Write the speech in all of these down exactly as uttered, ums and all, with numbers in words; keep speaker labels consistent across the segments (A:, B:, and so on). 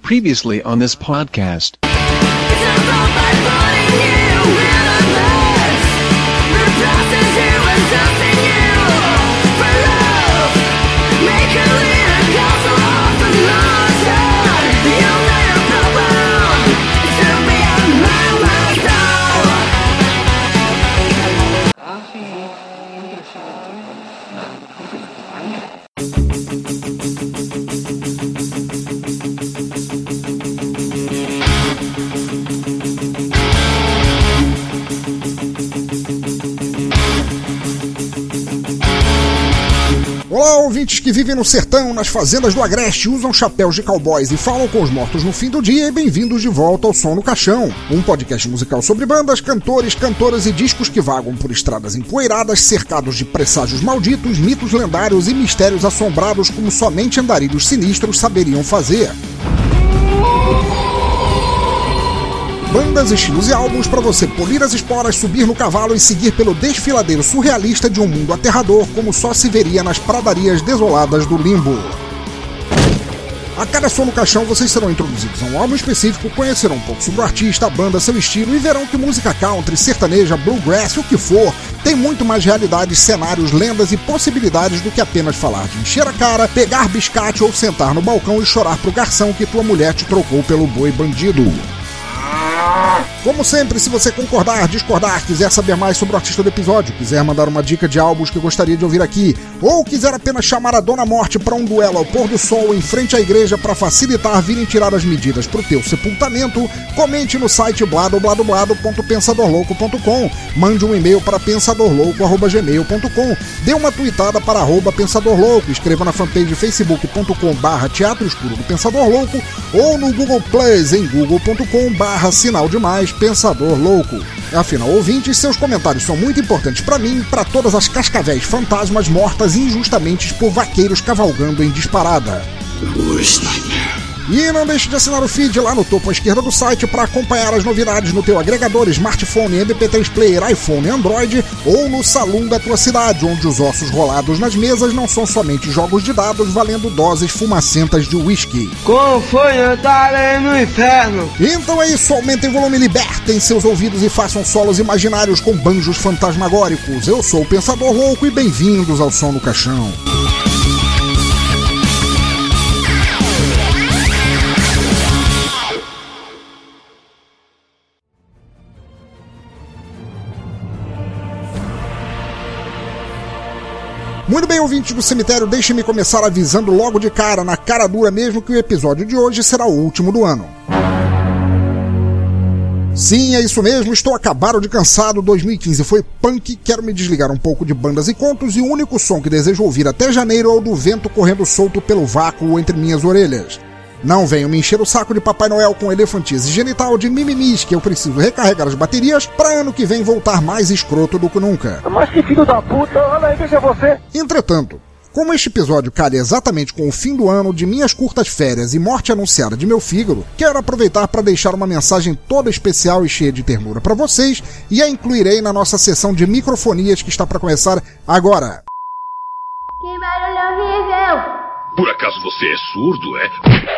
A: Previously on this podcast.
B: Olá, ouvintes que vivem no sertão, nas fazendas do Agreste, usam chapéus de cowboys e falam com os mortos no fim do dia, e bem-vindos de volta ao Som no Caixão, um podcast musical sobre bandas, cantores, cantoras e discos que vagam por estradas empoeiradas, cercados de presságios malditos, mitos lendários e mistérios assombrados como somente andarilhos sinistros saberiam fazer. Bandas, estilos e álbuns para você polir as esporas, subir no cavalo e seguir pelo desfiladeiro surrealista de um mundo aterrador como só se veria nas pradarias desoladas do limbo. A cada Som no Caixão vocês serão introduzidos a um álbum específico, conhecerão um pouco sobre o artista, a banda, seu estilo e verão que música country, sertaneja, bluegrass, o que for, tem muito mais realidades, cenários, lendas e possibilidades do que apenas falar de encher a cara, pegar biscate ou sentar no balcão e chorar pro garçom que tua mulher te trocou pelo boi bandido. Como sempre, se você concordar, discordar, quiser saber mais sobre o artista do episódio, quiser mandar uma dica de álbuns que gostaria de ouvir aqui, ou quiser apenas chamar a Dona Morte para um duelo ao pôr do sol em frente à igreja para facilitar virem tirar as medidas pro teu sepultamento, comente no site bladoblado ponto pensador louco ponto com, mande um e-mail para pensador louco arroba gmail ponto com, dê uma tweetada para arroba pensador louco, escreva na fanpage facebook ponto com barra teatro escuro do Pensador Louco ou no Google Plus em google ponto com barra sinal demais Pensador Louco. Afinal, ouvintes, seus comentários são muito importantes para mim e para todas as cascavéis fantasmas mortas injustamente por vaqueiros cavalgando em disparada. E não deixe de assinar o feed lá no topo à esquerda do site para acompanhar as novidades no teu agregador, smartphone, M P três player, iPhone, Android ou no salão da tua cidade, onde os ossos rolados nas mesas não são somente jogos de dados valendo doses fumacentas de uísque.
C: Como foi andar no inferno?
B: Então é isso, aumentem o volume, libertem seus ouvidos e façam solos imaginários com banjos fantasmagóricos. Eu sou o Pensador Louco e bem-vindos ao Som no Caixão. Muito bem, ouvintes do cemitério, deixem-me começar avisando logo de cara, na cara dura mesmo, que o episódio de hoje será o último do ano. Sim, é isso mesmo, estou acabado de cansado, dois mil e quinze foi punk, quero me desligar um pouco de bandas e contos e o único som que desejo ouvir até janeiro é o do vento correndo solto pelo vácuo entre minhas orelhas. Não venham me encher o saco de Papai Noel com elefantias e genital de mimimis que eu preciso recarregar as baterias para ano que vem voltar mais escroto do que nunca.
C: Mas que filho da puta, olha aí, veja você.
B: Entretanto, como este episódio calha exatamente com o fim do ano de minhas curtas férias e morte anunciada de meu fígado, quero aproveitar para deixar uma mensagem toda especial e cheia de ternura para vocês e a incluirei na nossa sessão de microfonias que está para começar agora.
D: Que barulho horrível!
E: Por acaso você é surdo, é?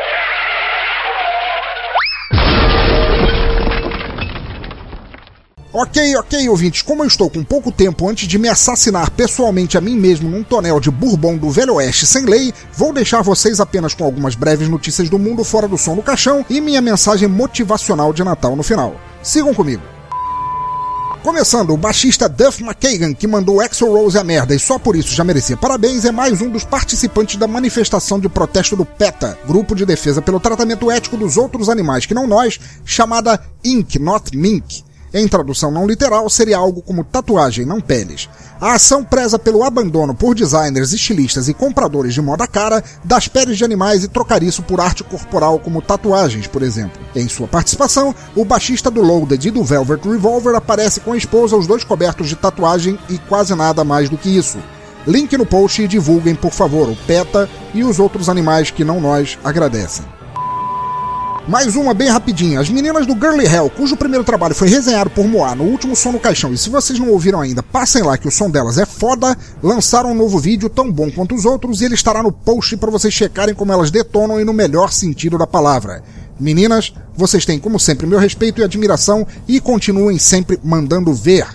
B: Ok, ok, ouvintes, como eu estou com pouco tempo antes de me assassinar pessoalmente a mim mesmo num tonel de bourbon do Velho Oeste sem lei, vou deixar vocês apenas com algumas breves notícias do mundo fora do Som no Caixão e minha mensagem motivacional de Natal no final. Sigam comigo. Começando, o baixista Duff McKagan, que mandou Axl Rose a merda e só por isso já merecia parabéns, é mais um dos participantes da manifestação de protesto do PETA, Grupo de Defesa pelo Tratamento Ético dos Outros Animais que Não Nós, chamada Ink, Not Mink. Em tradução não literal, seria algo como tatuagem, não peles. A ação preza pelo abandono por designers, estilistas e compradores de moda cara das peles de animais e trocar isso por arte corporal como tatuagens, por exemplo. Em sua participação, o baixista do Loaded e do Velvet Revolver aparece com a esposa, os dois cobertos de tatuagem e quase nada mais do que isso. Link no post e divulguem, por favor, o PETA e os outros animais que não nós agradecem. Mais uma bem rapidinha. As meninas do Girly Hell, cujo primeiro trabalho foi resenhado por Moá no último Som no Caixão, e se vocês não ouviram ainda, passem lá que o som delas é foda, lançaram um novo vídeo tão bom quanto os outros e ele estará no post para vocês checarem como elas detonam e no melhor sentido da palavra. Meninas, vocês têm como sempre meu respeito e admiração e continuem sempre mandando ver.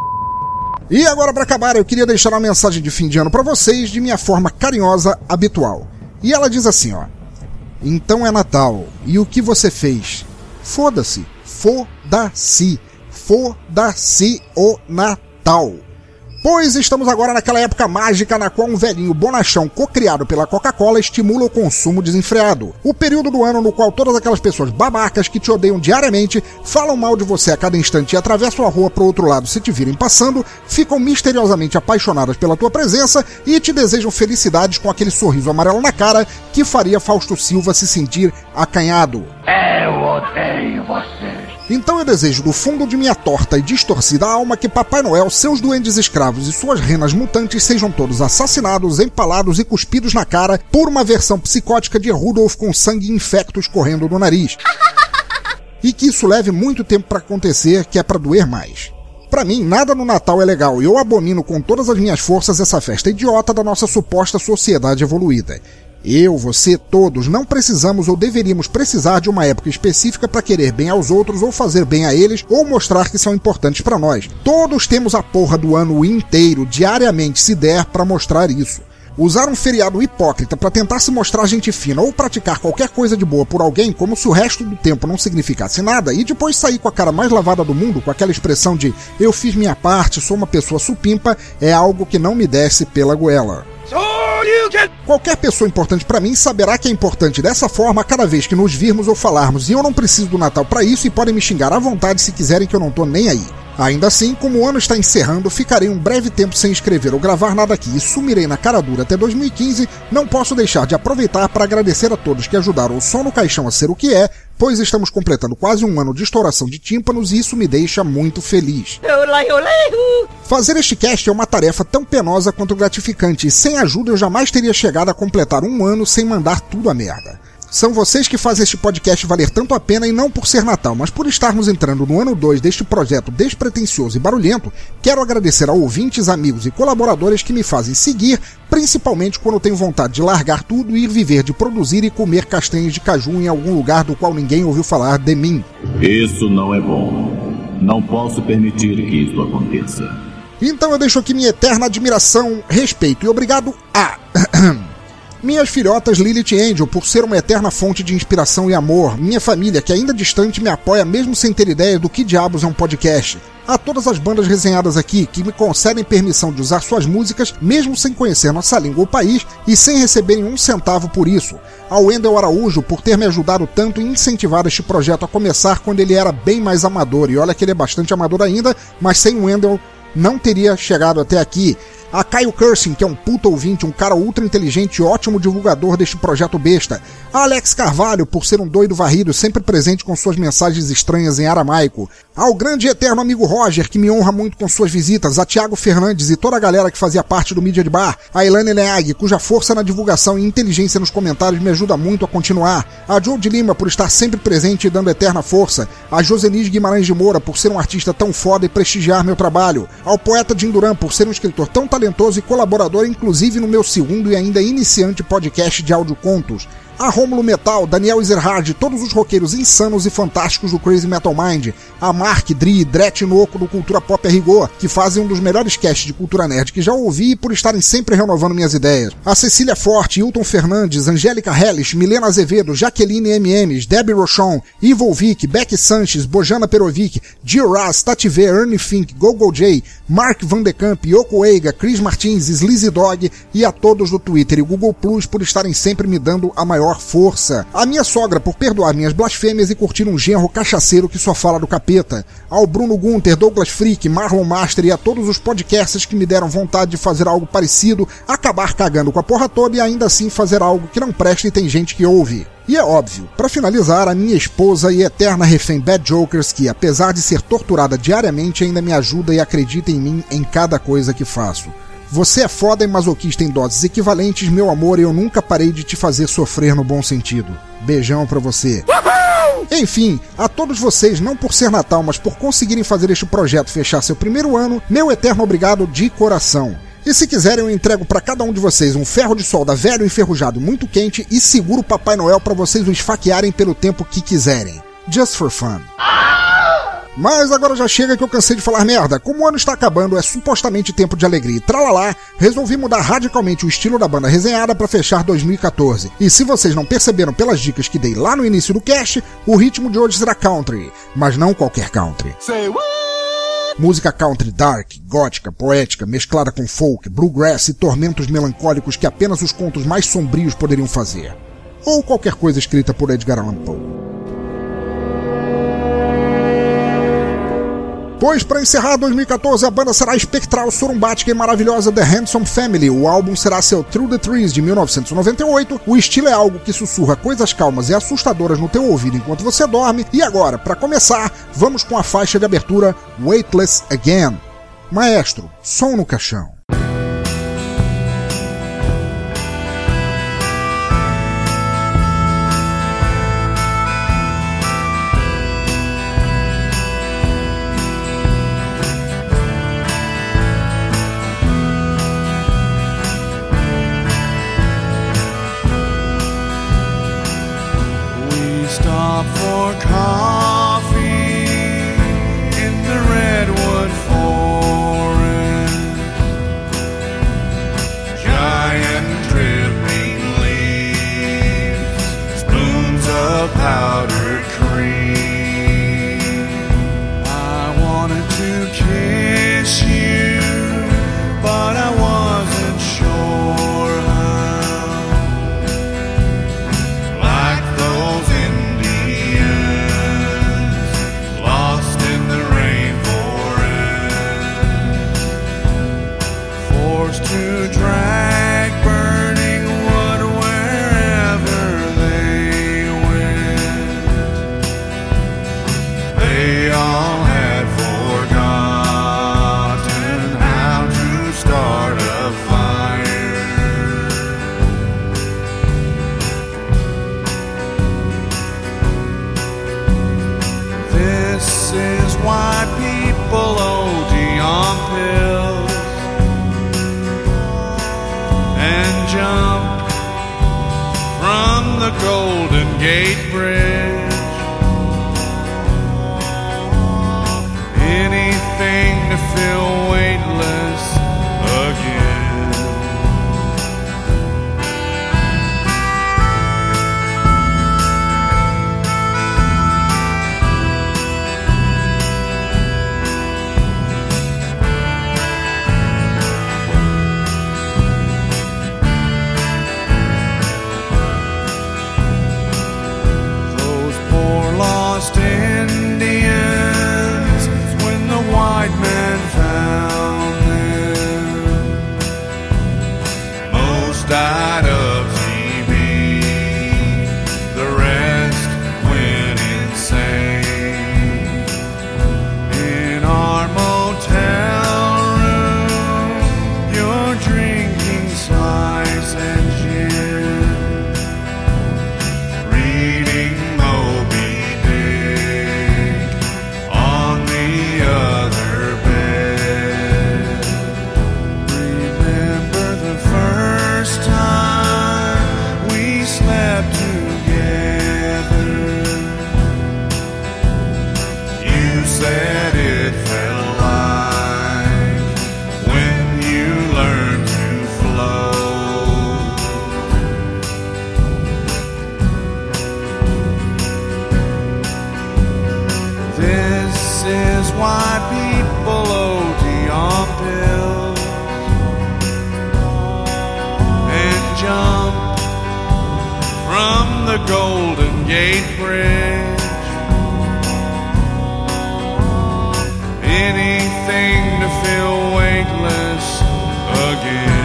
B: E agora para acabar eu queria deixar uma mensagem de fim de ano para vocês de minha forma carinhosa habitual. E ela diz assim, ó: então é Natal, e o que você fez? Foda-se, foda-se, foda-se o Natal. Pois estamos agora naquela época mágica na qual um velhinho bonachão cocriado pela Coca-Cola estimula o consumo desenfreado. O período do ano no qual todas aquelas pessoas babacas que te odeiam diariamente, falam mal de você a cada instante e atravessam a rua pro outro lado se te virem passando, ficam misteriosamente apaixonadas pela tua presença e te desejam felicidades com aquele sorriso amarelo na cara que faria Fausto Silva se sentir acanhado.
E: Eu odeio você.
B: Então eu desejo do fundo de minha torta e distorcida alma que Papai Noel, seus duendes escravos e suas renas mutantes sejam todos assassinados, empalados e cuspidos na cara por uma versão psicótica de Rudolph com sangue infecto escorrendo do nariz. E que isso leve muito tempo pra acontecer, que é pra doer mais. Pra mim, nada no Natal é legal e eu abomino com todas as minhas forças essa festa idiota da nossa suposta sociedade evoluída. Eu, você, todos, não precisamos ou deveríamos precisar de uma época específica para querer bem aos outros ou fazer bem a eles ou mostrar que são importantes para nós. Todos temos a porra do ano inteiro, diariamente, se der, para mostrar isso. Usar um feriado hipócrita para tentar se mostrar gente fina ou praticar qualquer coisa de boa por alguém como se o resto do tempo não significasse nada e depois sair com a cara mais lavada do mundo com aquela expressão de eu fiz minha parte, sou uma pessoa supimpa, é algo que não me desce pela goela. Qualquer pessoa importante pra mim saberá que é importante dessa forma a cada vez que nos virmos ou falarmos, e eu não preciso do Natal pra isso e podem me xingar à vontade se quiserem que eu não tô nem aí. Ainda assim, como o ano está encerrando, ficarei um breve tempo sem escrever ou gravar nada aqui e sumirei na cara dura até dois mil e quinze, não posso deixar de aproveitar para agradecer a todos que ajudaram o Som no Caixão a ser o que é, pois estamos completando quase um ano de estouração de tímpanos e isso me deixa muito feliz. Fazer este cast é uma tarefa tão penosa quanto gratificante e sem ajuda eu jamais teria chegado a completar um ano sem mandar tudo a merda. São vocês que fazem este podcast valer tanto a pena e não por ser Natal, mas por estarmos entrando no ano dois deste projeto despretensioso e barulhento, quero agradecer a ouvintes, amigos e colaboradores que me fazem seguir, principalmente quando eu tenho vontade de largar tudo e ir viver de produzir e comer castanhas de caju em algum lugar do qual ninguém ouviu falar de mim.
F: Isso não é bom. Não posso permitir que isso aconteça.
B: Então eu deixo aqui minha eterna admiração, respeito e obrigado a... minhas filhotas Lilith e Angel, por ser uma eterna fonte de inspiração e amor. Minha família, que ainda distante me apoia mesmo sem ter ideia do que diabos é um podcast. A todas as bandas resenhadas aqui, que me concedem permissão de usar suas músicas, mesmo sem conhecer nossa língua ou país, e sem receberem um centavo por isso. Ao Wendel Araújo, por ter me ajudado tanto e incentivado este projeto a começar quando ele era bem mais amador. E olha que ele é bastante amador ainda, mas sem o Wendel não teria chegado até aqui. A Caio Cursing, que é um puta ouvinte, um cara ultra inteligente e ótimo divulgador deste projeto besta. A Alex Carvalho, por ser um doido varrido, sempre presente com suas mensagens estranhas em aramaico. Ao grande e eterno amigo Roger, que me honra muito com suas visitas. A Thiago Fernandes e toda a galera que fazia parte do Mídia de Bar. A Elane Leag, cuja força na divulgação e inteligência nos comentários me ajuda muito a continuar. A Joe de Lima, por estar sempre presente e dando eterna força. A Josenis Guimarães de Moura, por ser um artista tão foda e prestigiar meu trabalho. Ao poeta Jim Duran, por ser um escritor tão talentoso e colaborador inclusive no meu segundo e ainda iniciante podcast de audiocontos. A Rômulo Metal, Daniel Ezerhard, todos os roqueiros insanos e fantásticos do Crazy Metal Mind, a Mark, Dri, Dret e Noco do Cultura Pop a Rigor, que fazem um dos melhores casts de cultura nerd que já ouvi por estarem sempre renovando minhas ideias, a Cecília Forte, Hilton Fernandes, Angélica Hellish, Milena Azevedo, Jaqueline M Ms, Debbie Rochon, Ivo Vick, Becky Sanches, Bojana Perovic, Gil Raz, Tati V, Ernie Fink, Gogo J, Mark Van de Kamp, Yoko Eiga, Chris Martins, Slizzy Dog e a todos do Twitter e Google Plus por estarem sempre me dando a maior força. A minha sogra por perdoar minhas blasfêmias e curtir um genro cachaceiro que só fala do capeta. Ao Bruno Gunter, Douglas Freak, Marlon Master e a todos os podcasters que me deram vontade de fazer algo parecido, acabar cagando com a porra toda e ainda assim fazer algo que não presta e tem gente que ouve. E é óbvio, para finalizar, a minha esposa e eterna refém Bad Jokers que, apesar de ser torturada diariamente, ainda me ajuda e acredita em mim em cada coisa que faço. Você é foda e masoquista em doses equivalentes, meu amor, e eu nunca parei de te fazer sofrer no bom sentido. Beijão pra você. Uhul! Enfim, a todos vocês, não por ser Natal, mas por conseguirem fazer este projeto fechar seu primeiro ano, meu eterno obrigado de coração. E se quiserem, eu entrego para cada um de vocês um ferro de solda velho, enferrujado, muito quente e seguro o Papai Noel para vocês o esfaquearem pelo tempo que quiserem. Just for fun. Mas agora já chega que eu cansei de falar merda. Como o ano está acabando, é supostamente tempo de alegria e tralalá, resolvi mudar radicalmente o estilo da banda resenhada para fechar dois mil e catorze. E se vocês não perceberam pelas dicas que dei lá no início do cast, o ritmo de hoje será country, mas não qualquer country. Say what? Música country dark, gótica, poética, mesclada com folk, bluegrass e tormentos melancólicos que apenas os contos mais sombrios poderiam fazer. Ou qualquer coisa escrita por Edgar Allan Poe. Pois, para encerrar dois mil e catorze, a banda será espectral, sorumbática e maravilhosa The Handsome Family. O álbum será seu Through the Trees, de mil novecentos e noventa e oito. O estilo é algo que sussurra coisas calmas e assustadoras no teu ouvido enquanto você dorme. E agora, para começar, vamos com a faixa de abertura Weightless Again. Maestro, som no caixão.
G: For coffee in the redwood forest, giant dripping leaves, spoons of powdered cream. I wanted to kiss you, but I wasn't sure how. Like those to drag burning wood wherever they went. They all had forgotten how to start a fire. This is why people O D on pills and jump from the Golden Gate Bridge. Anything to feel weightless again. Lost Indians, when the white man found them, most died of T B, the rest went insane. In our motel room, you're drinking slice and gin, reading Moby on the other bed. Remember the first time we slept together? You said it felt like when you learned to float. This is why people O D on pills and jump from the Golden Gate Bridge. Anything to feel weightless again.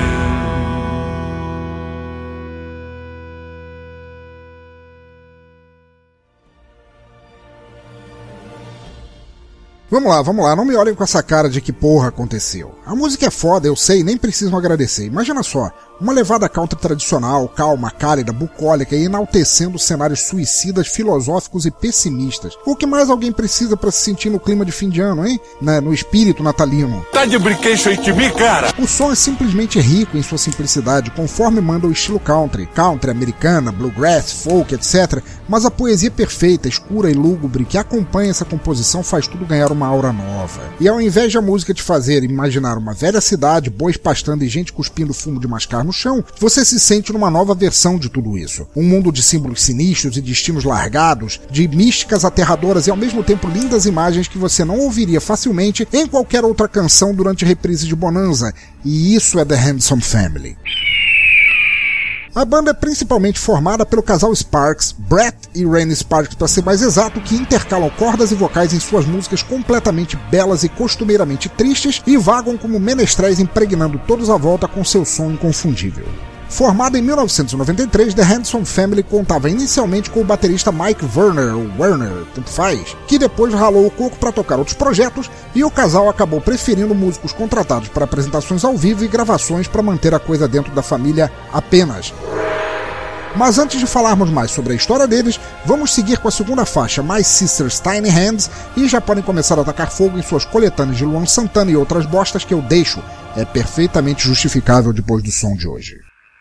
B: Vamos lá, vamos lá, não me olhem com essa cara de que porra aconteceu. A música é foda, eu sei, nem precisam agradecer. Imagina só, Uma levada country tradicional, calma, cálida, bucólica e enaltecendo cenários suicidas, filosóficos e pessimistas. O que mais alguém precisa para se sentir no clima de fim de ano, hein? Na, no espírito natalino.
G: Tá de brinquedo aí de mim, cara?
B: O som é simplesmente rico em sua simplicidade, conforme manda o estilo country, country americana, bluegrass, folk, etcétera. Mas a poesia perfeita, escura e lúgubre que acompanha essa composição faz tudo ganhar uma aura nova. E ao invés de a música te fazer imaginar uma velha cidade, bois pastando e gente cuspindo fumo de mascar no chão, você se sente numa nova versão de tudo isso. Um mundo de símbolos sinistros e destinos largados, de místicas aterradoras e ao mesmo tempo lindas imagens que você não ouviria facilmente em qualquer outra canção durante reprise de Bonanza. E isso é The Handsome Family. A banda é principalmente formada pelo casal Sparks, Brett e Rainey Sparks para ser mais exato, que intercalam cordas e vocais em suas músicas completamente belas e costumeiramente tristes e vagam como menestréis impregnando todos à volta com seu som inconfundível. Formada em mil novecentos e noventa e três, The Handsome Family contava inicialmente com o baterista Mike Werner, ou Werner, tanto faz, que depois ralou o coco para tocar outros projetos, e o casal acabou preferindo músicos contratados para apresentações ao vivo e gravações para manter a coisa dentro da família apenas. Mas antes de falarmos mais sobre a história deles, vamos seguir com a segunda faixa, My Sister's Tiny Hands, e já podem começar a atacar fogo em suas coletâneas de Luan Santana e outras bostas que eu deixo. É perfeitamente justificável depois do som de hoje.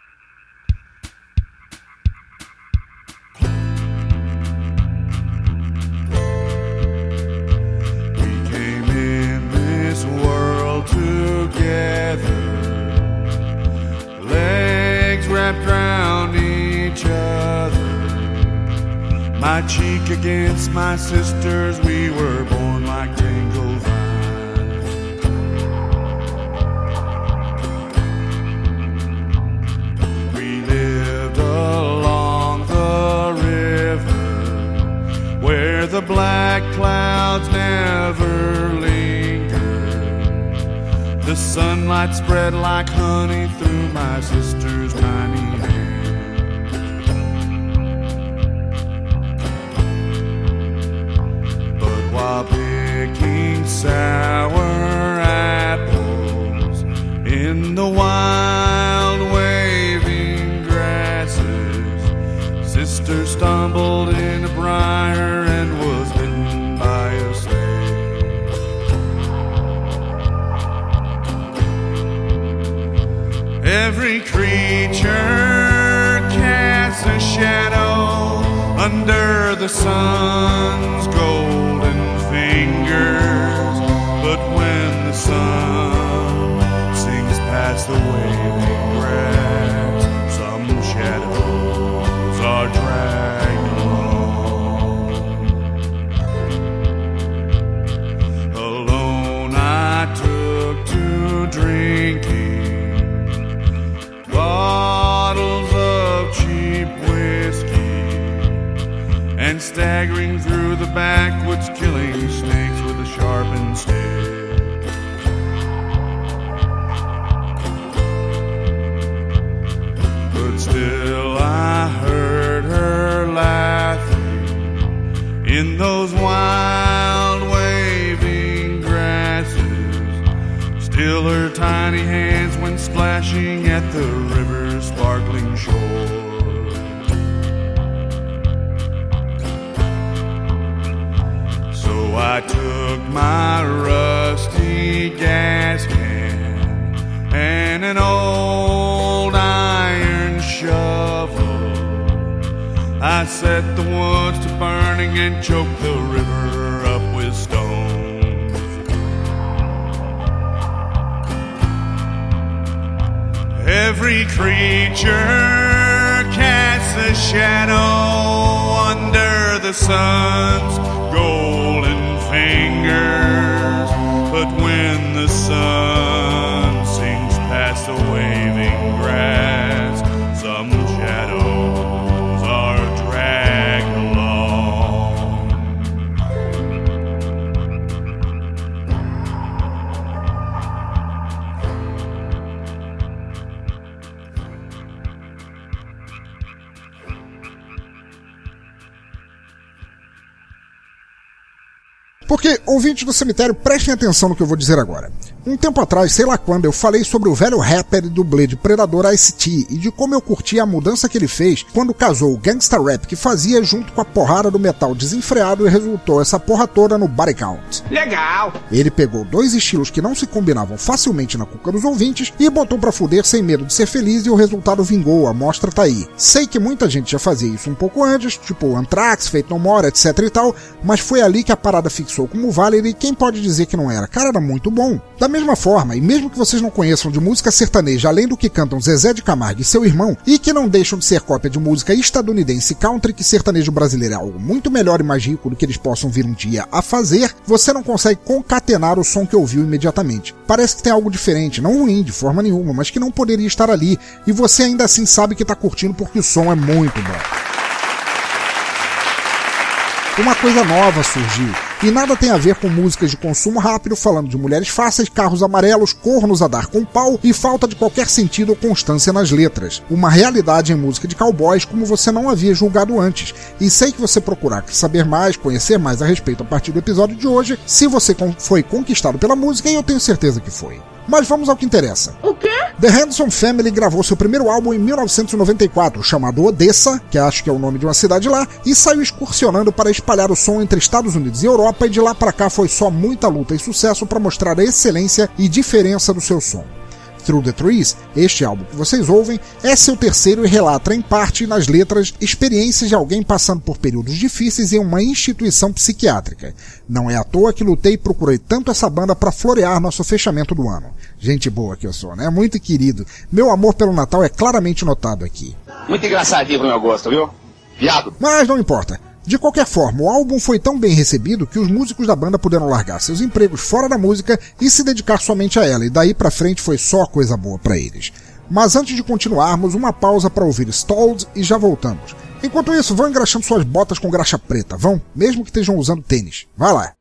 G: Wrapped round each other, my cheek against my sister's, we were born like tangled vines. We lived along the river, where the black clouds never linger. The sunlight spread like honey through my sister's tiny hand. But while picking sour apples in the wild waving grasses, sister stumbled in a briar and was bitten by a snake. Every creature casts a shadow under the sun's golden fingers, but when the sun sinks past the waving grass, some shadows are dragged along. Alone I took to drinking bottles of cheap whiskey and staggering through the backwoods, killing snakes with a sharpened stick. But still I heard her laughing in those wild waving grasses. Still her tiny hands went splashing at the river's sparkling shore. So I took my rusty gas can and an old iron shovel. I set the woods to burning and choked the river up with stones. Every creature casts a shadow under the sun's golden fingers, but when the sun sinks past the waving grass, some shadows are dragged along.
B: Porque, ouvintes do cemitério, prestem atenção no que eu vou dizer agora. Um tempo atrás, sei lá quando, eu falei sobre o velho rapper e dublê de Predador Ice-T e de como eu curtia a mudança que ele fez quando casou o gangsta rap que fazia junto com a porrada do metal desenfreado e resultou essa porra toda no Body Count.
C: Legal!
B: Ele pegou dois estilos que não se combinavam facilmente na cuca dos ouvintes e botou pra fuder sem medo de ser feliz e o resultado vingou, a mostra tá aí. Sei que muita gente já fazia isso um pouco antes, tipo Anthrax, Faith No More, etc e tal, mas foi ali que a parada fixou como válido e quem pode dizer que não era? Cara, era muito bom. Da mesma forma, e mesmo que vocês não conheçam de música sertaneja além do que cantam Zezé de Camargo e seu irmão, e que não deixam de ser cópia de música estadunidense country, que sertanejo brasileiro é algo muito melhor e mais rico do que eles possam vir um dia a fazer, você não consegue concatenar o som que ouviu imediatamente. Parece que tem algo diferente, não ruim de forma nenhuma, mas que não poderia estar ali, e você ainda assim sabe que tá curtindo porque o som é muito bom. Uma coisa nova surgiu, e nada tem a ver com músicas de consumo rápido falando de mulheres fáceis, carros amarelos, cornos a dar com pau e falta de qualquer sentido ou constância nas letras. Uma realidade em música de cowboys como você não havia julgado antes, e sei que você procurar saber mais, conhecer mais a respeito a partir do episódio de hoje, se você foi conquistado pela música, e eu tenho certeza que foi. Mas vamos ao que interessa.
D: O quê?
B: The Hanson Family gravou seu primeiro álbum em mil novecentos e noventa e quatro, chamado Odessa, que acho que é o nome de uma cidade lá, e saiu excursionando para espalhar o som entre Estados Unidos e Europa, e de lá pra cá foi só muita luta e sucesso para mostrar a excelência e diferença do seu som. Through the Trees, este álbum que vocês ouvem, é seu terceiro e relata, em parte, nas letras, experiências de alguém passando por períodos difíceis em uma instituição psiquiátrica. Não é à toa que lutei e procurei tanto essa banda para florear nosso fechamento do ano. Gente boa que eu sou, né? Muito querido. Meu amor pelo Natal é claramente notado aqui.
C: Muito engraçadinho pro meu gosto, viu? Viado.
B: Mas não importa. De qualquer forma, o álbum foi tão bem recebido que os músicos da banda puderam largar seus empregos fora da música e se dedicar somente a ela, e daí pra frente foi só coisa boa pra eles. Mas antes de continuarmos, uma pausa para ouvir Stalled e já voltamos. Enquanto isso, vão engraxando suas botas com graxa preta, vão, mesmo que estejam usando tênis. Vai lá!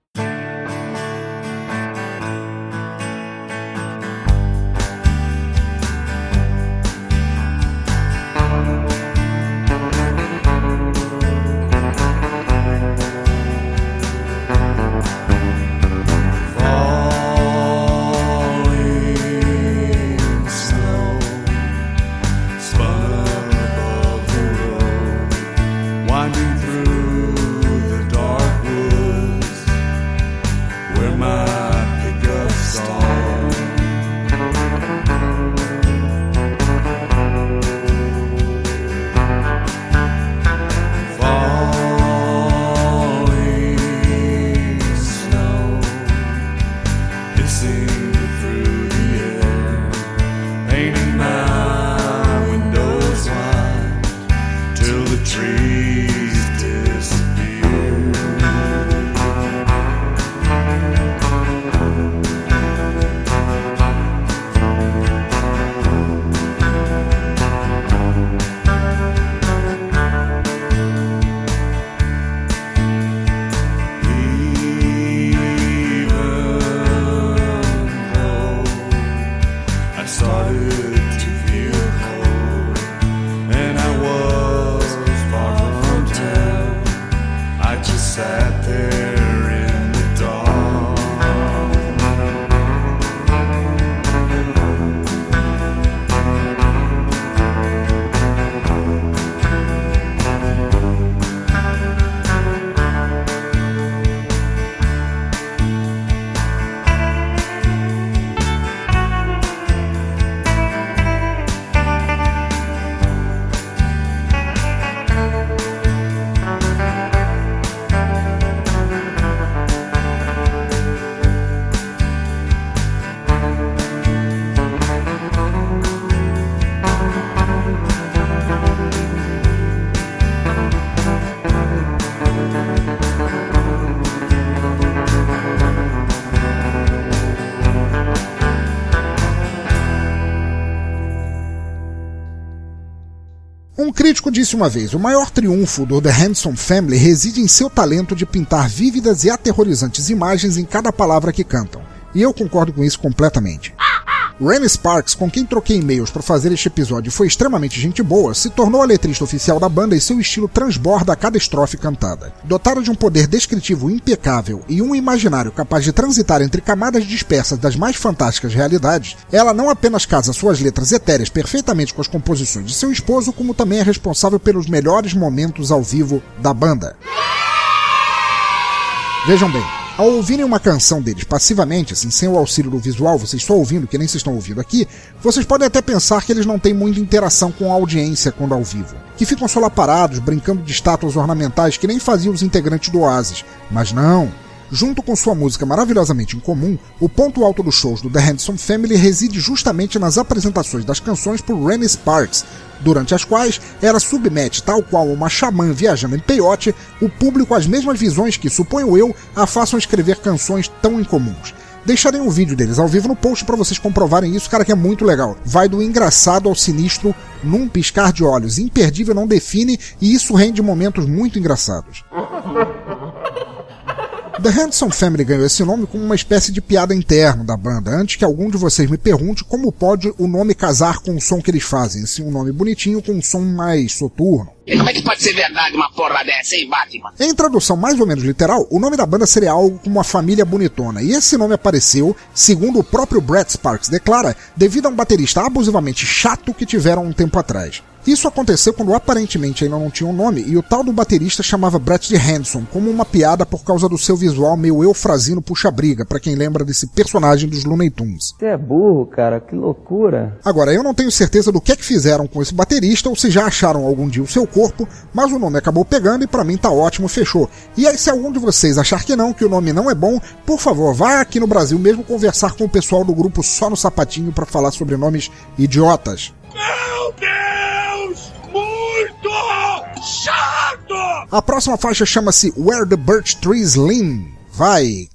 B: Um crítico disse uma vez: o maior triunfo do The Hanson Family reside em seu talento de pintar vívidas e aterrorizantes imagens em cada palavra que cantam. E eu concordo com isso completamente. Rennie Sparks, com quem troquei e-mails para fazer este episódio e foi extremamente gente boa, se tornou a letrista oficial da banda e seu estilo transborda a cada estrofe cantada. Dotada de um poder descritivo impecável e um imaginário capaz de transitar entre camadas dispersas das mais fantásticas realidades, ela não apenas casa suas letras etéreas perfeitamente com as composições de seu esposo, como também é responsável pelos melhores momentos ao vivo da banda. Vejam bem, ao ouvirem uma canção deles passivamente, assim, sem o auxílio do visual, vocês só ouvindo, que nem vocês estão ouvindo aqui, vocês podem até pensar que eles não têm muita interação com a audiência quando ao vivo, que ficam só lá parados, brincando de estátuas ornamentais que nem faziam os integrantes do Oasis. Mas não! Junto com sua música maravilhosamente incomum, o ponto alto dos shows do The Handsome Family reside justamente nas apresentações das canções por Rennie Sparks, durante as quais ela submete, tal qual uma xamã viajando em peiote, o público às mesmas visões que, suponho eu, a façam escrever canções tão incomuns. Deixarei um vídeo deles ao vivo no post para vocês comprovarem isso, cara, que é muito legal. Vai do engraçado ao sinistro num piscar de olhos. Imperdível não define, e isso rende momentos muito engraçados. The Handsome Family ganhou esse nome como uma espécie de piada interna da banda, antes que algum de vocês me pergunte como pode o nome casar com o som que eles fazem, assim, um nome bonitinho com um som mais soturno.
C: E como é que pode ser verdade uma porra dessa, hein, Batman?
B: Em tradução mais ou menos literal, o nome da banda seria algo como a família bonitona, e esse nome apareceu, segundo o próprio Brett Sparks declara, devido a um baterista abusivamente chato que tiveram um tempo atrás. Isso aconteceu quando aparentemente ainda não tinha um nome, e o tal do baterista chamava Brett de Handsome, como uma piada por causa do seu visual meio eufrasino puxa-briga, pra quem lembra desse personagem dos Looney Tunes.
H: Você é burro, cara, que loucura.
B: Agora, eu não tenho certeza do que é que fizeram com esse baterista, ou se já acharam algum dia o seu corpo, mas o nome acabou pegando e pra mim tá ótimo, fechou. E aí, se algum de vocês achar que não, que o nome não é bom, por favor, vá aqui no Brasil mesmo conversar com o pessoal do grupo Só no Sapatinho pra falar sobre nomes idiotas.
G: Meu Deus! Muito chato!
B: A próxima faixa chama-se Where the Birch Trees Lean. Vai!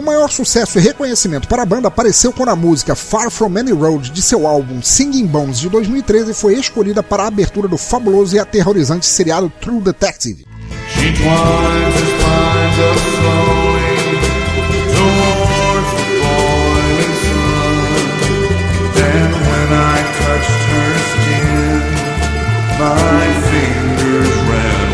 B: maior sucesso e reconhecimento para a banda apareceu quando a música Far From Any Road de seu álbum Singing Bones de dois mil e treze foi escolhida para a abertura do fabuloso e aterrorizante seriado True Detective.
G: She twines his lines up slowly towards the boiling sun. Then when I touched her skin, my fingers ran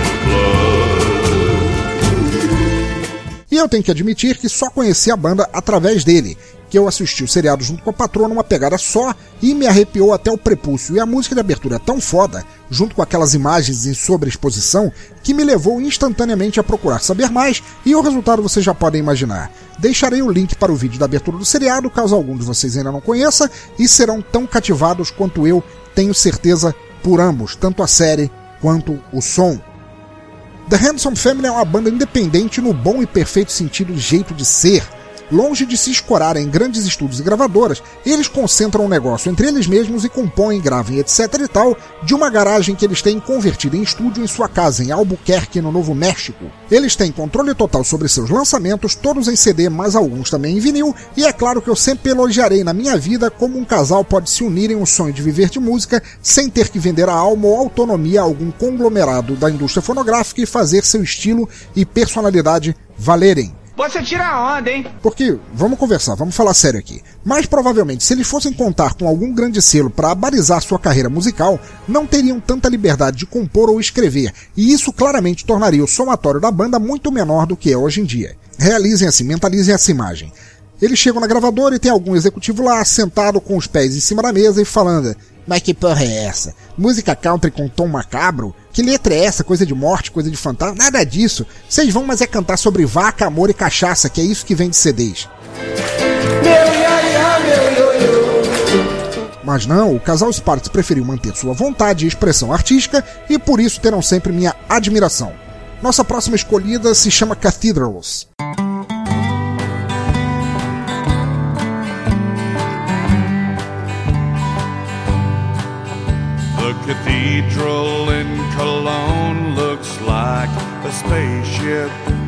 G: with blood.
B: E eu tenho que admitir que só conheci a banda através dele, que eu assisti o seriado junto com a patroa numa pegada só e me arrepiou até o prepúcio. E a música de abertura é tão foda, junto com aquelas imagens em sobreexposição, que me levou instantaneamente a procurar saber mais, e o resultado vocês já podem imaginar. Deixarei o link para o vídeo da abertura do seriado, caso algum de vocês ainda não conheça, e serão tão cativados quanto eu, tenho certeza, por ambos, tanto a série quanto o som. The Handsome Family é uma banda independente no bom e perfeito sentido de jeito de ser. Longe de se escorar em grandes estúdios e gravadoras, eles concentram o negócio entre eles mesmos e compõem, gravam, etc e tal, de uma garagem que eles têm convertida em estúdio em sua casa em Albuquerque, no Novo México. Eles têm controle total sobre seus lançamentos, todos em C D, mas alguns também em vinil, e é claro que eu sempre elogiarei na minha vida como um casal pode se unir em um sonho de viver de música sem ter que vender a alma ou autonomia a algum conglomerado da indústria fonográfica e fazer seu estilo e personalidade valerem.
C: Você tira a onda, hein?
B: Porque, vamos conversar, vamos falar sério aqui. Mas provavelmente, se eles fossem contar com algum grande selo para abalizar sua carreira musical, não teriam tanta liberdade de compor ou escrever, e isso claramente tornaria o somatório da banda muito menor do que é hoje em dia. Realizem assim, mentalizem essa imagem. Eles chegam na gravadora e tem algum executivo lá, sentado com os pés em cima da mesa e falando: mas que porra é essa? Música country com tom macabro? Que letra é essa? Coisa de morte, coisa de fantasma? Nada disso. Vocês vão mas é cantar sobre vaca, amor e cachaça, que é isso que vem de C Ds. Mas não, o casal Sparks preferiu manter sua vontade e expressão artística e por isso terão sempre minha admiração. Nossa próxima escolhida se chama Cathedrals.
G: The cathedral in Cologne looks like a spaceship,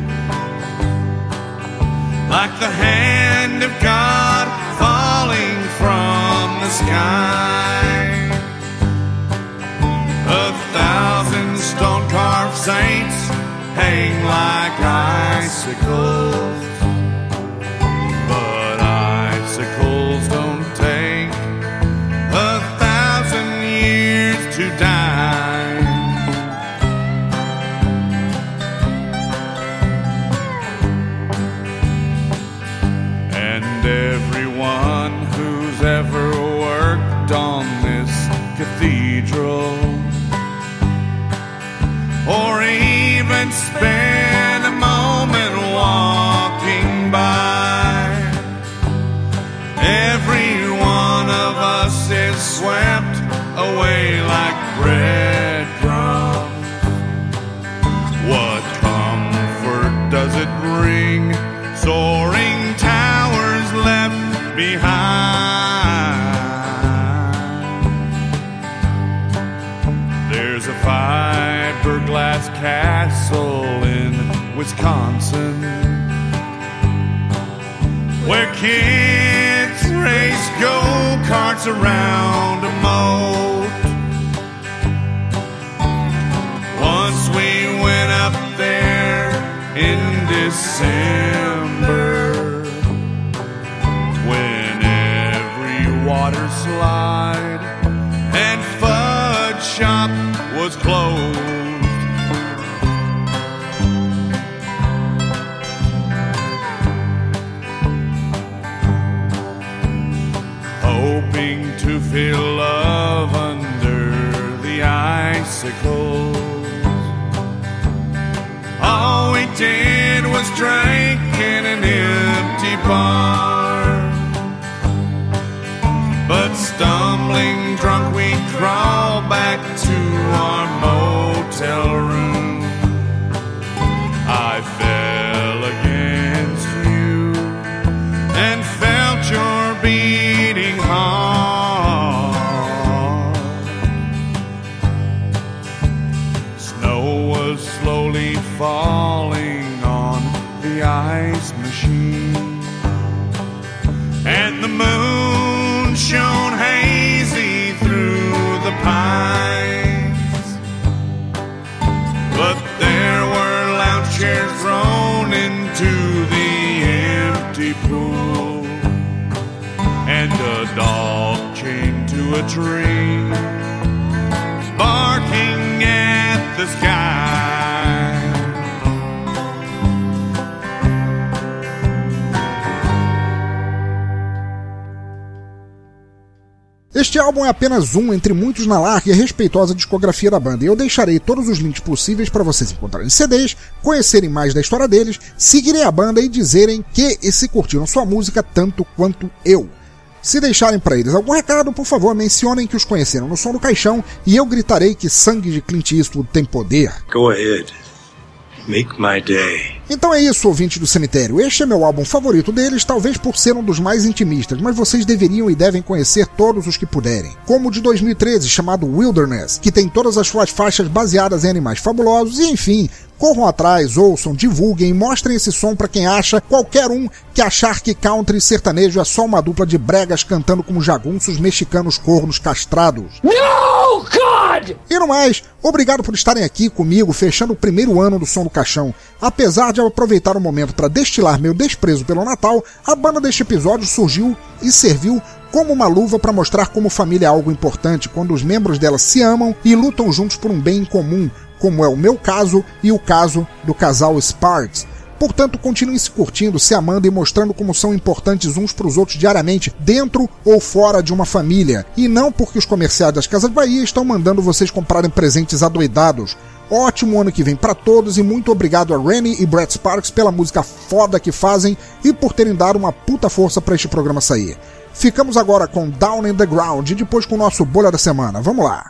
G: like the hand of God falling from the sky. A thousand stone-carved saints hang like icicles, but icicles don't take a thousand years to die. And everyone who's ever worked on this cathedral, or even spent a moment walking by, every one of us is swept away like breadcrumbs. What comfort does it bring? Soaring towers left behind. There's a fiberglass castle in Wisconsin, where kids race go-karts around a moat. Once we went up there in December, when every water slide and fudge shop was closed. Hoping to feel love under the icicles, all we did was drink in an empty bar. But stumbling drunk we crawled back to our motel room. I fell against you and felt your beating heart. Snow was slowly falling on the ice machine. a tree, barking at the sky.
B: Este álbum é apenas um entre muitos na larga e respeitosa discografia da banda, e eu deixarei todos os links possíveis para vocês encontrarem C Ds, conhecerem mais da história deles, seguirem a banda e dizerem que e se curtiram sua música tanto quanto eu. Se deixarem para eles algum recado, por favor, mencionem que os conheceram no Som do Caixão e eu gritarei que sangue de Clint Eastwood tem poder.
I: Go ahead. Make my day.
B: Então é isso, ouvinte do cemitério. Este é meu álbum favorito deles, talvez por ser um dos mais intimistas, mas vocês deveriam e devem conhecer todos os que puderem. Como o de dois mil e treze, chamado Wilderness, que tem todas as suas faixas baseadas em animais fabulosos, e enfim, corram atrás, ouçam, divulguem e mostrem esse som pra quem acha, qualquer um que achar que country e sertanejo é só uma dupla de bregas cantando como jagunços mexicanos cornos castrados.
E: No, God!
B: E no mais, obrigado por estarem aqui comigo, fechando o primeiro ano do Som do Caixão. Apesar de eu aproveitar o momento para destilar meu desprezo pelo Natal, a banda deste episódio surgiu e serviu como uma luva para mostrar como família é algo importante, quando os membros dela se amam e lutam juntos por um bem em comum, como é o meu caso e o caso do casal Sparks. Portanto, continuem se curtindo, se amando e mostrando como são importantes uns para os outros diariamente, dentro ou fora de uma família. E não porque os comerciais das Casas Bahia estão mandando vocês comprarem presentes adoidados. Ótimo ano que vem para todos e muito obrigado a Rennie e Brett Sparks pela música foda que fazem e por terem dado uma puta força para este programa sair. Ficamos agora com Down in the Ground e depois com o nosso Bolha da Semana. Vamos lá!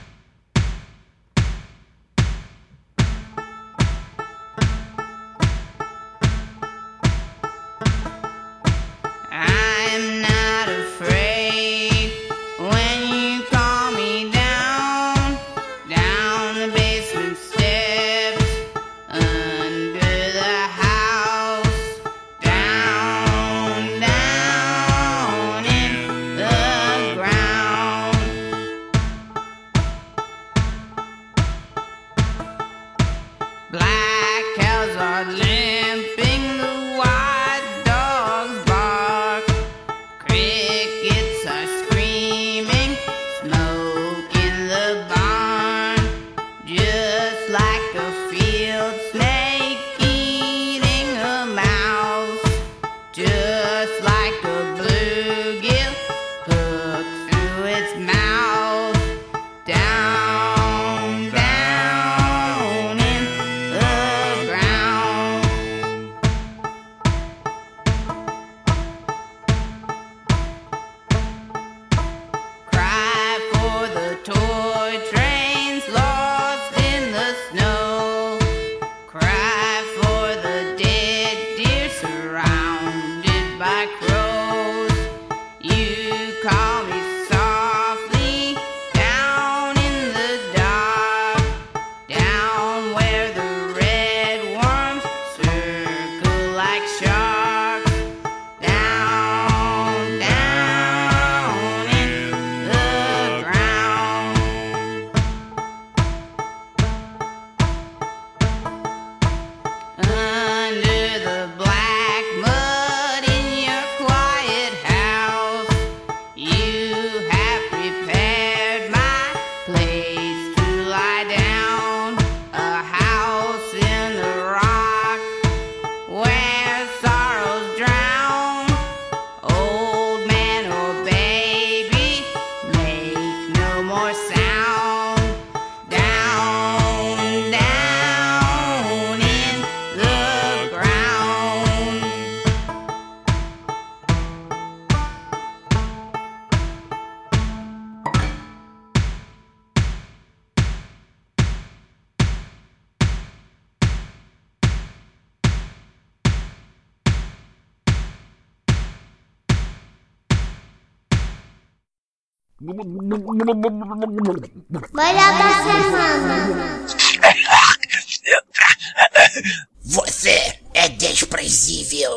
D: Bolha da Semana.
C: Você é desprezível.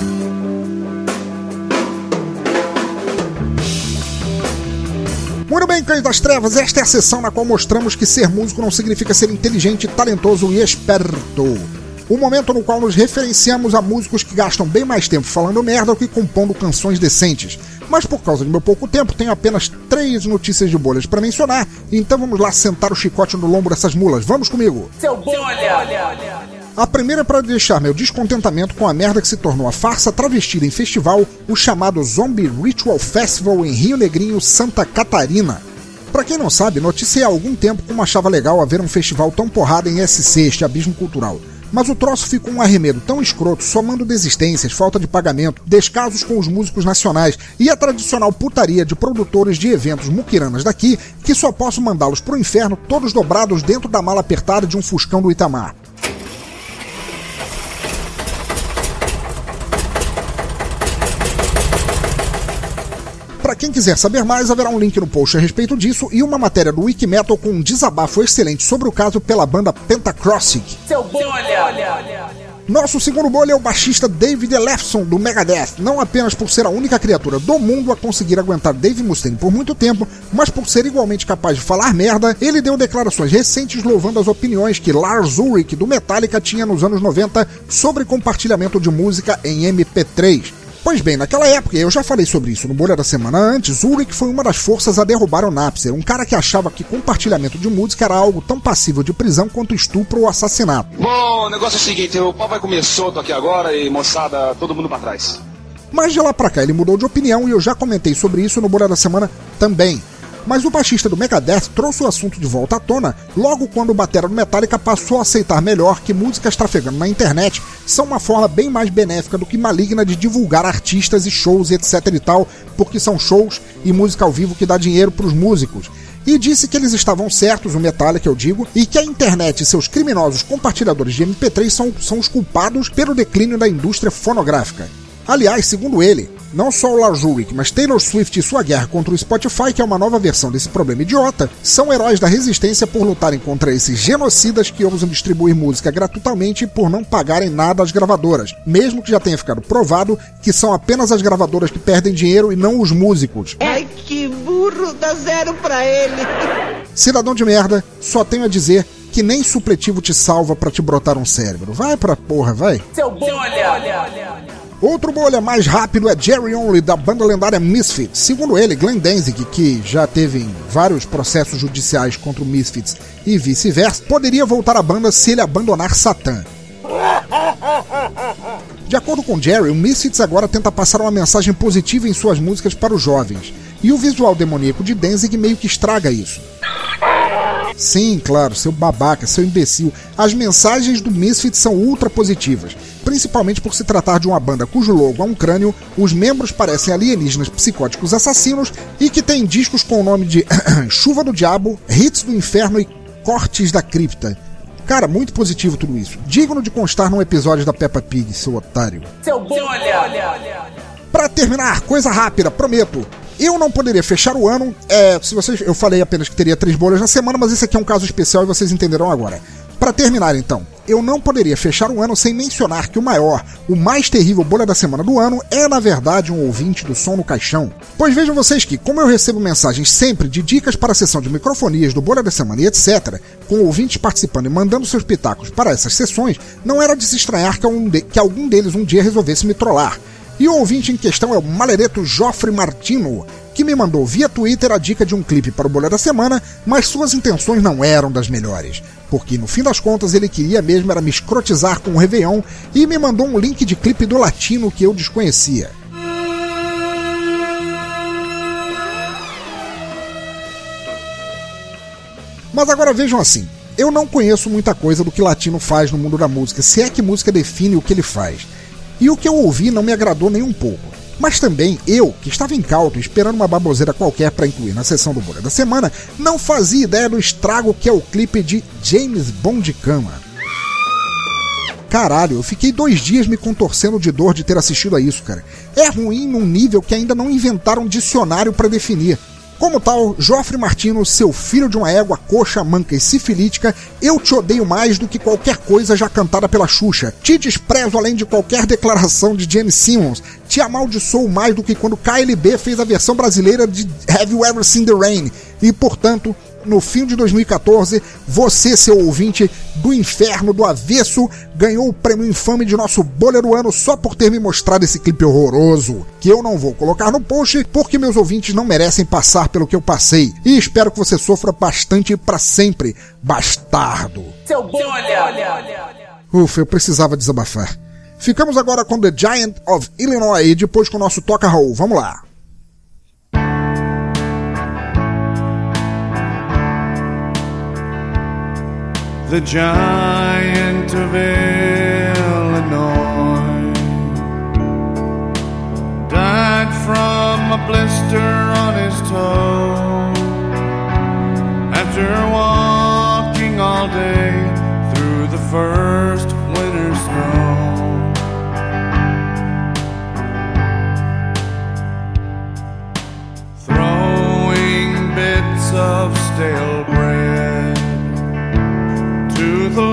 B: Muito bem, Cães das Trevas, esta é a sessão na qual mostramos que ser músico não significa ser inteligente, talentoso e esperto. O momento no qual nos referenciamos a músicos que gastam bem mais tempo falando merda do que compondo canções decentes. Mas por causa do meu pouco tempo, tenho apenas três notícias de bolhas para mencionar, então vamos lá sentar o chicote no lombo dessas mulas. Vamos comigo!
E: Seu bolha!
B: A primeira é para deixar meu descontentamento com a merda que se tornou a farsa travestida em festival, o chamado Zombie Ritual Festival em Rio Negrinho, Santa Catarina. Pra quem não sabe, noticiei há algum tempo como achava legal haver um festival tão porrada em S C, este abismo cultural. Mas o troço ficou um arremedo tão escroto, somando desistências, falta de pagamento, descasos com os músicos nacionais e a tradicional putaria de produtores de eventos muquiranas daqui, que só posso mandá-los pro inferno todos dobrados dentro da mala apertada de um Fuscão do Itamar. Para quem quiser saber mais, haverá um link no post a respeito disso e uma matéria do Wikimetal com um desabafo excelente sobre o caso pela banda Pentacrossic.
E: Seu bolha!
B: Nosso segundo bolha é o baixista David Ellefson, do Megadeth, não apenas por ser a única criatura do mundo a conseguir aguentar Dave Mustaine por muito tempo, mas por ser igualmente capaz de falar merda. Ele deu declarações recentes louvando as opiniões que Lars Ulrich, do Metallica, tinha nos anos noventa sobre compartilhamento de música em M P três. Pois bem, naquela época, eu já falei sobre isso no Bolha da Semana antes, Ulrich foi uma das forças a derrubar o Napster, um cara que achava que compartilhamento de música era algo tão passível de prisão quanto estupro ou assassinato.
J: Bom, o negócio é o seguinte, o pau vai comer solto aqui agora e, moçada, todo mundo pra trás.
B: Mas de lá pra cá ele mudou de opinião e eu já comentei sobre isso no Bolha da Semana também. Mas o baixista do Megadeth trouxe o assunto de volta à tona logo quando o batera do Metallica passou a aceitar melhor que músicas trafegando na internet são uma forma bem mais benéfica do que maligna de divulgar artistas e shows e etc e tal, porque são shows e música ao vivo que dá dinheiro pros músicos. E disse que eles estavam certos, o Metallica eu digo, e que a internet e seus criminosos compartilhadores de M P três são, são os culpados pelo declínio da indústria fonográfica. Aliás, segundo ele, não só o Lars Ulrich, mas Taylor Swift e sua guerra contra o Spotify, que é uma nova versão desse problema idiota, são heróis da resistência por lutarem contra esses genocidas que ousam distribuir música gratuitamente e por não pagarem nada às gravadoras, mesmo que já tenha ficado provado que são apenas as gravadoras que perdem dinheiro e não os músicos.
K: Ai, que burro, dá zero pra ele.
B: Cidadão de merda, só tenho a dizer que nem supletivo te salva pra te brotar um cérebro. Vai pra porra, vai.
E: Seu bolha!
B: Outro bolha mais rápido é Jerry Only, da banda lendária Misfits. Segundo ele, Glenn Danzig, que já teve vários processos judiciais contra o Misfits e vice-versa, poderia voltar à banda se ele abandonar Satã. De acordo com Jerry, o Misfits agora tenta passar uma mensagem positiva em suas músicas para os jovens, e o visual demoníaco de Danzig meio que estraga isso. Sim, claro, seu babaca, seu imbecil. As mensagens do Misfits são ultra positivas, principalmente por se tratar de uma banda cujo logo é um crânio, os membros parecem alienígenas psicóticos assassinos e que tem discos com o nome de Chuva do Diabo, Hits do Inferno e Cortes da Cripta. Cara, muito positivo tudo isso. Digno de constar num episódio da Peppa Pig, seu otário.
E: Seu bolha!
B: Pra terminar, coisa rápida, prometo. Eu não poderia fechar o ano, é, se vocês, eu falei apenas que teria três bolhas na semana, mas esse aqui é um caso especial e vocês entenderão agora. Para terminar então, eu não poderia fechar o ano sem mencionar que o maior, o mais terrível bolha da semana do ano é na verdade um ouvinte do Som no Caixão. Pois vejam vocês que, como eu recebo mensagens sempre de dicas para a sessão de microfonias do bolha da semana e etcétera, com ouvintes participando e mandando seus pitacos para essas sessões, não era de se estranhar que algum, de, que algum deles um dia resolvesse me trollar. E o ouvinte em questão é o malereto Joffre Martino, que me mandou via Twitter a dica de um clipe para o Bolha da Semana, mas suas intenções não eram das melhores, porque no fim das contas ele queria mesmo era me escrotizar com o Réveillon e me mandou um link de clipe do Latino que eu desconhecia. Mas agora vejam assim, eu não conheço muita coisa do que Latino faz no mundo da música, se é que música define o que ele faz. E o que eu ouvi não me agradou nem um pouco. Mas também eu, que estava incauto esperando uma baboseira qualquer para incluir na sessão do Bolha da Semana, não fazia ideia do estrago que é o clipe de James Bond de Cama. Caralho, eu fiquei dois dias me contorcendo de dor de ter assistido a isso, cara. É ruim num nível que ainda não inventaram um dicionário para definir. Como tal, Joffre Martino, seu filho de uma égua coxa, manca e sifilítica, eu te odeio mais do que qualquer coisa já cantada pela Xuxa. Te desprezo além de qualquer declaração de Gene Simmons. Te amaldiçoo mais do que quando K L B fez a versão brasileira de Have You Ever Seen the Rain? E, portanto, no fim de dois mil e catorze, você, seu ouvinte do inferno do avesso, ganhou o prêmio infame de nosso boleroano só por ter me mostrado esse clipe horroroso, que eu não vou colocar no post porque meus ouvintes não merecem passar pelo que eu passei. E espero que você sofra bastante pra sempre, bastardo.
E: Seu bom, olha, olha, olha.
B: Ufa, eu precisava desabafar. Ficamos agora com The Giant of Illinois e depois com o nosso Toca Raul. Vamos lá.
G: The giant of Illinois died from a blister on his toe after walking all day through the first winter snow. Throwing bits of stale bread to the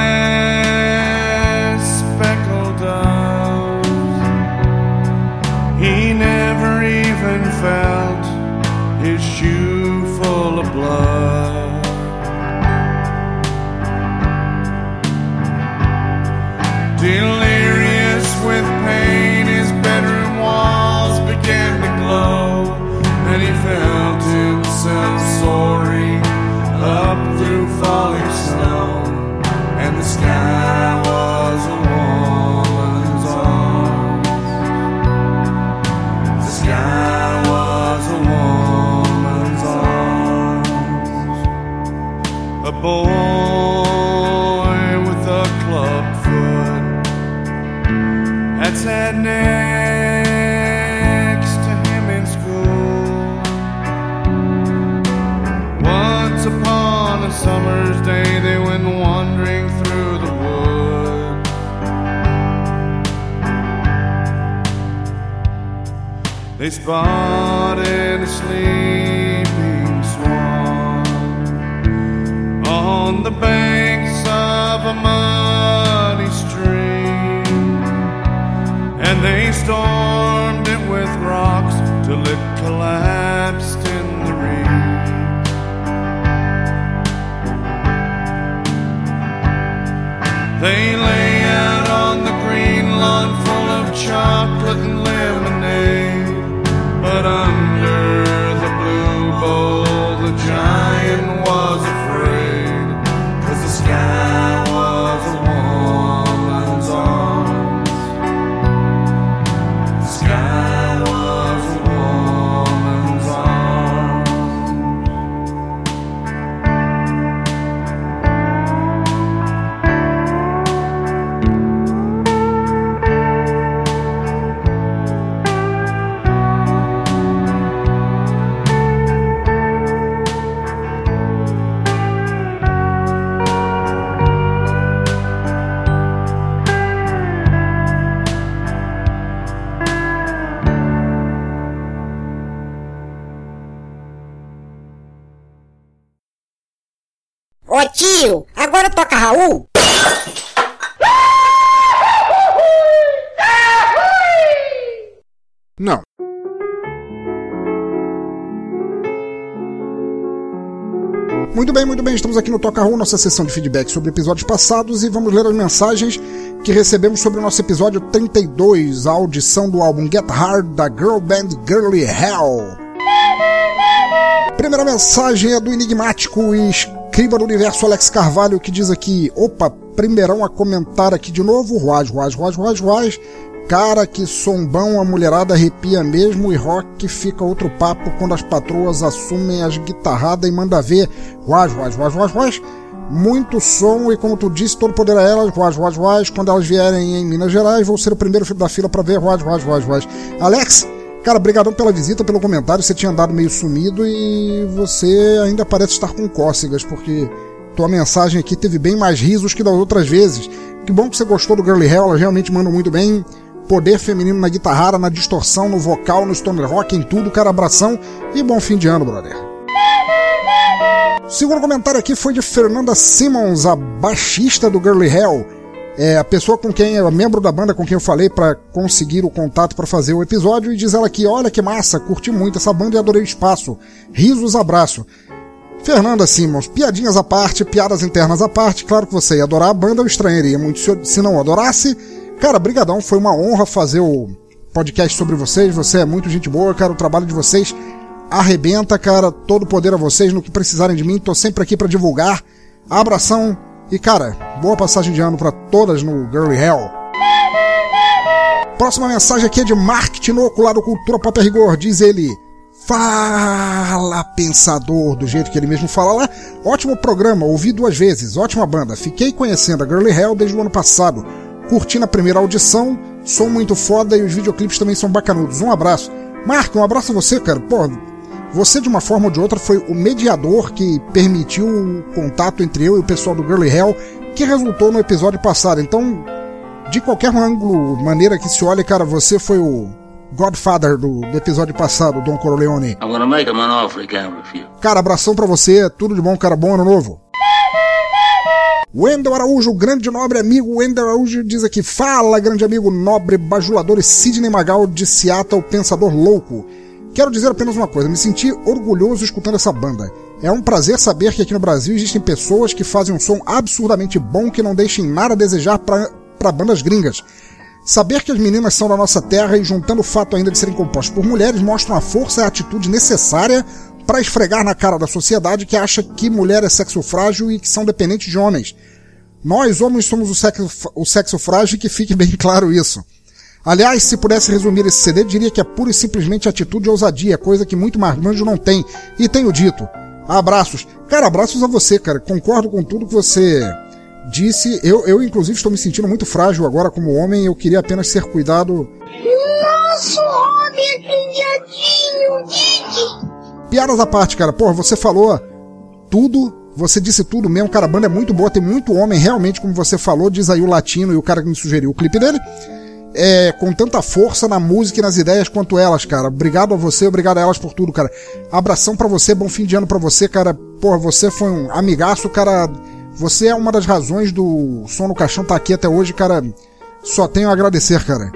G: last speckled doves. He never even felt his shoe full of blood. Delirious with pain, his bedroom walls began to glow, and he felt himself soaring up through falling snow. And the sky was a woman's arms. The sky was a woman's arms. A boy with a club foot had sat next to him in school. Once upon a summer's day they went wandering through the woods. They spotted a sleeping swan on the banks of a muddy stream, and they stormed it with rocks till it collapsed in the reeds. They lay out on the green lawn full of chocolate and lemonade, but under the blue bowl the giant was afraid, 'cause the sky was a woman's arms. The sky was a woman's arms.
C: Ô tio, agora toca Raul?
B: Não. Muito bem, muito bem, estamos aqui no Toca Raul, nossa sessão de feedback sobre episódios passados, e vamos ler as mensagens que recebemos sobre o nosso episódio trinta e dois, a audição do álbum Get Hard da girl band Girly Hell. Primeira mensagem é do enigmático e escriba do universo Alex Carvalho, que diz aqui: opa, primeirão a comentar aqui de novo, ruaz, ruaz, ruaz, ruaz, ruaz. Cara, que sombão, a mulherada arrepia mesmo, e rock fica outro papo quando as patroas assumem as guitarradas e manda ver. Ruaz, ruaz, ruaz, ruaz, ruaz. Muito som, e como tu disse, todo poder a elas, ruaz, ruaz, ruaz. Quando elas vierem em Minas Gerais, vou ser o primeiro da fila pra ver, ruaz, ruaz, ruaz, ruaz. Alex, cara, brigadão pela visita, pelo comentário. Você tinha andado meio sumido e você ainda parece estar com cócegas, porque tua mensagem aqui teve bem mais risos que das outras vezes. Que bom que você gostou do Girly Hell, elas realmente mandam muito bem. poder feminino na guitarrara, na distorção, no vocal, no stoner rock, em tudo, cara, abração e bom fim de ano, brother. O segundo comentário aqui foi de Fernanda Simmons, a baixista do Girly Hell. É a pessoa com quem, é membro da banda com quem eu falei para conseguir o contato para fazer o episódio, e diz ela aqui: olha que massa, curti muito essa banda e adorei o espaço. Risos, abraço. Fernanda Simmons, piadinhas à parte, piadas internas à parte, claro que você ia adorar a banda, eu estranharia muito se não adorasse. Cara, brigadão, foi uma honra fazer o podcast sobre vocês, você é muito gente boa, cara, o trabalho de vocês arrebenta, cara, todo poder a vocês, no que precisarem de mim, tô sempre aqui para divulgar. Abração e, cara, boa passagem de ano para todas no Girly Hell. Próxima mensagem aqui é de Mark Tinoco, lá do Cultura Pop a Rigor, diz ele: fala, pensador, do jeito que ele mesmo fala lá. Ótimo programa, ouvi duas vezes, ótima banda. Fiquei conhecendo a Girly Hell desde o ano passado. Curti na primeira audição, som muito foda e os videoclipes também são bacanudos. Um abraço. Mark, um abraço a você, cara. Pô, você de uma forma ou de outra foi o mediador que permitiu o contato entre eu e o pessoal do Girly Hell, que resultou no episódio passado. Então, de qualquer ângulo, maneira que se olhe, cara, você foi o Godfather do, do episódio passado, Don Corleone. I'm gonna make him an offer again with you. Cara, abração pra você, tudo de bom, cara, bom ano novo. Wendel Araújo, grande nobre amigo Wendel Araújo, diz aqui: fala, grande amigo nobre bajulador e Sidney Magal de Seattle, pensador louco. Quero dizer apenas uma coisa, me senti orgulhoso escutando essa banda. É um prazer saber que aqui no Brasil existem pessoas que fazem um som absurdamente bom que não deixem nada a desejar para bandas gringas. Saber que as meninas são da nossa terra e juntando o fato ainda de serem compostas por mulheres mostram a força e a atitude necessária para esfregar na cara da sociedade que acha que mulher é sexo frágil e que são dependentes de homens. Nós, homens, somos o sexo, o sexo frágil, e que fique bem claro isso. Aliás, se pudesse resumir esse C D, diria que é pura e simplesmente atitude e ousadia, coisa que muito marmanjo não tem. E tenho dito. Abraços. Cara, abraços a você, cara. Concordo com tudo que você disse. Eu, eu inclusive, estou me sentindo muito frágil agora como homem. Eu queria apenas ser cuidado.
D: Nosso homem acredadinho, Dick.
B: Piadas à parte, cara. Porra, você falou tudo. Você disse tudo mesmo. Cara, a banda é muito boa. Tem muito homem, realmente, como você falou. Diz aí o Latino e o cara que me sugeriu o clipe dele. É, com tanta força na música e nas ideias quanto elas, cara. Obrigado a você, obrigado a elas por tudo, cara. Abração pra você, bom fim de ano pra você, cara. Porra, você foi um amigaço, cara. Você é uma das razões do Som no Caixão tá aqui até hoje, cara. Só tenho a agradecer, cara.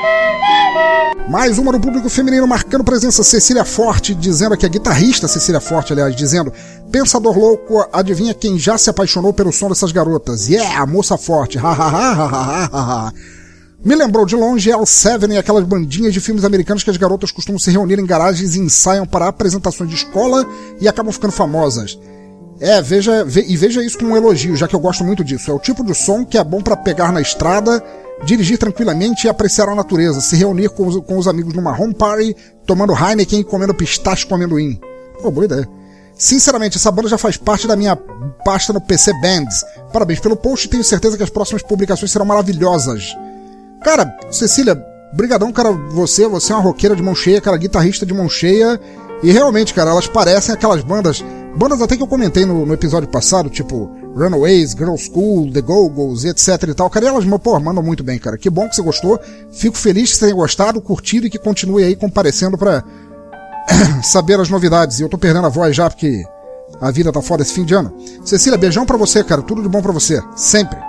B: Mais uma do público feminino marcando presença, Cecília Forte, dizendo aqui, a guitarrista Cecília Forte, aliás, dizendo: pensador louco, adivinha quem já se apaixonou pelo som dessas garotas? Yeah, moça forte, ha ha ha ha ha ha ha. Me lembrou de longe L sete e aquelas bandinhas de filmes americanos que as garotas costumam se reunir em garagens e ensaiam para apresentações de escola e acabam ficando famosas. É, veja, ve, e veja isso como um elogio, já que eu gosto muito disso. É o tipo de som que é bom para pegar na estrada, dirigir tranquilamente e apreciar a natureza, se reunir com os, com os amigos numa home party, tomando Heineken e comendo pistache com amendoim. Pô, boa ideia. Sinceramente, essa banda já faz parte da minha pasta no P C Bands. Parabéns pelo post e tenho certeza que as próximas publicações serão maravilhosas. Cara, Cecília, brigadão, cara, você, você é uma roqueira de mão cheia, cara, guitarrista de mão cheia, e realmente, cara, elas parecem aquelas bandas, bandas até que eu comentei no, no episódio passado, tipo Runaways, Girl School, The Go-Go's, etc e tal, cara, e elas, pô, mandam muito bem, cara, que bom que você gostou, fico feliz que você tenha gostado, curtido e que continue aí comparecendo pra saber as novidades, e eu tô perdendo a voz já porque a vida tá foda esse fim de ano. Cecília, beijão pra você, cara, tudo de bom pra você, sempre.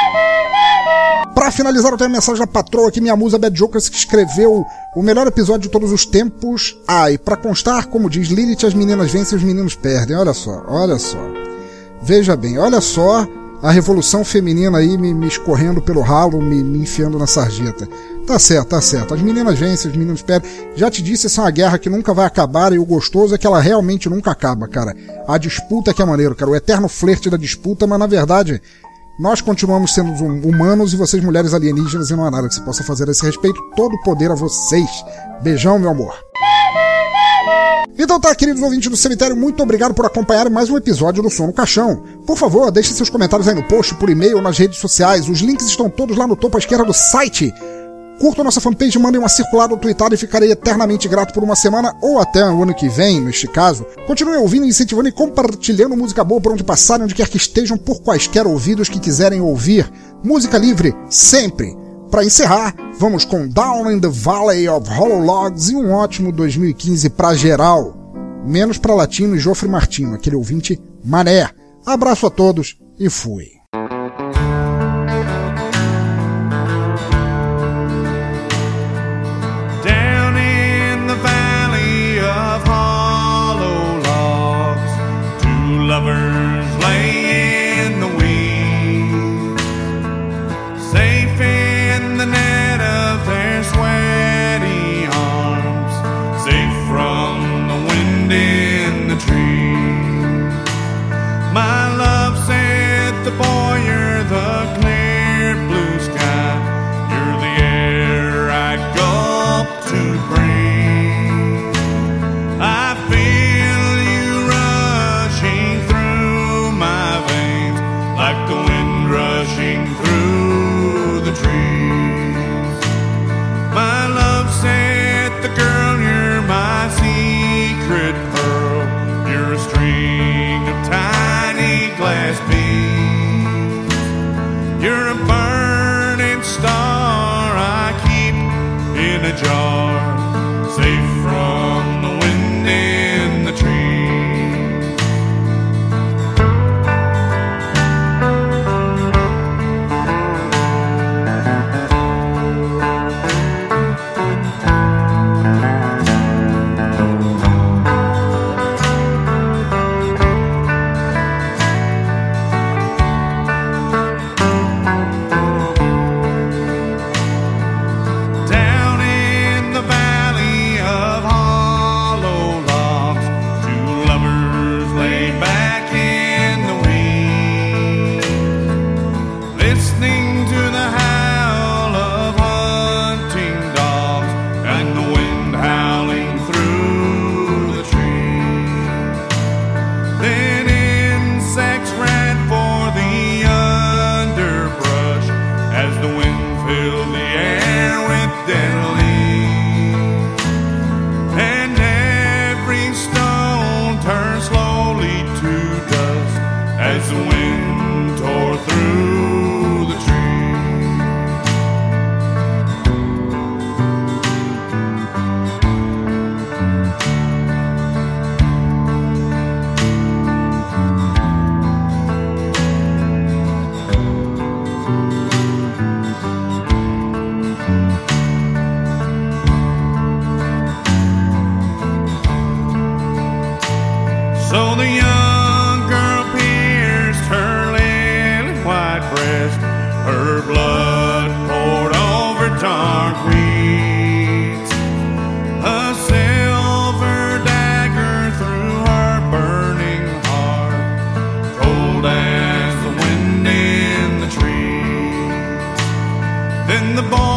B: Pra finalizar, eu tenho a mensagem da patroa aqui, minha musa Bad Jokers, que escreveu o melhor episódio de todos os tempos. Ah, e pra constar, como diz Lilith, as meninas vencem e os meninos perdem. Olha só, olha só. Veja bem, olha só a revolução feminina aí me, me escorrendo pelo ralo, me, me enfiando na sarjeta. Tá certo, tá certo. As meninas vencem, os meninos perdem. Já te disse, essa é uma guerra que nunca vai acabar e o gostoso é que ela realmente nunca acaba, cara. A disputa que é maneiro, cara. O eterno flerte da disputa, mas na verdade nós continuamos sendo humanos e vocês mulheres alienígenas e não há nada que se possa fazer a esse respeito. Todo poder a vocês. Beijão, meu amor. Então tá, queridos ouvintes do cemitério, muito obrigado por acompanhar mais um episódio do Som no Caixão. Por favor, deixe seus comentários aí no post, por e-mail ou nas redes sociais. Os links estão todos lá no topo à esquerda do site. Curtam nossa fanpage, mandem uma circulada ou tweetada e ficarei eternamente grato por uma semana ou até o ano que vem, neste caso. Continuem ouvindo, incentivando e compartilhando música boa por onde passarem, onde quer que estejam, por quaisquer ouvidos que quiserem ouvir. Música livre, sempre. para encerrar, vamos com Down in the Valley of Hollow Logs e um ótimo dois mil e quinze para geral. Menos para Latino e Jofre Martinho, aquele ouvinte mané. Abraço a todos e fui.
G: Down in the valley of hollow logs, two lovers lay in the weeds, safe in the net of their sweaty arms, safe from the wind in the trees. My love said, the boy, you're the clear blue sky, you're the air I gulp to breathe. I feel you rushing through my veins, like the wind rushing through the trees. My love said, the girl, you're my secret pearl, you're a string of tiny glass beads. You're a burning star I keep in a jar, safe from the wind in the trees. Down in the valley of hollow logs, two lovers lay back in the weeds, listening to the howl of hunting dogs and the wind howling through the trees. Then insects ran for the underbrush as the wind filled the air with dead leaves, and every stone turned slowly to dust as the wind tore through the trees. So the young girl pierced her lily white breast, her blood poured over dark weeds, a silver dagger through her burning heart, cold as the wind in the trees. Then the boy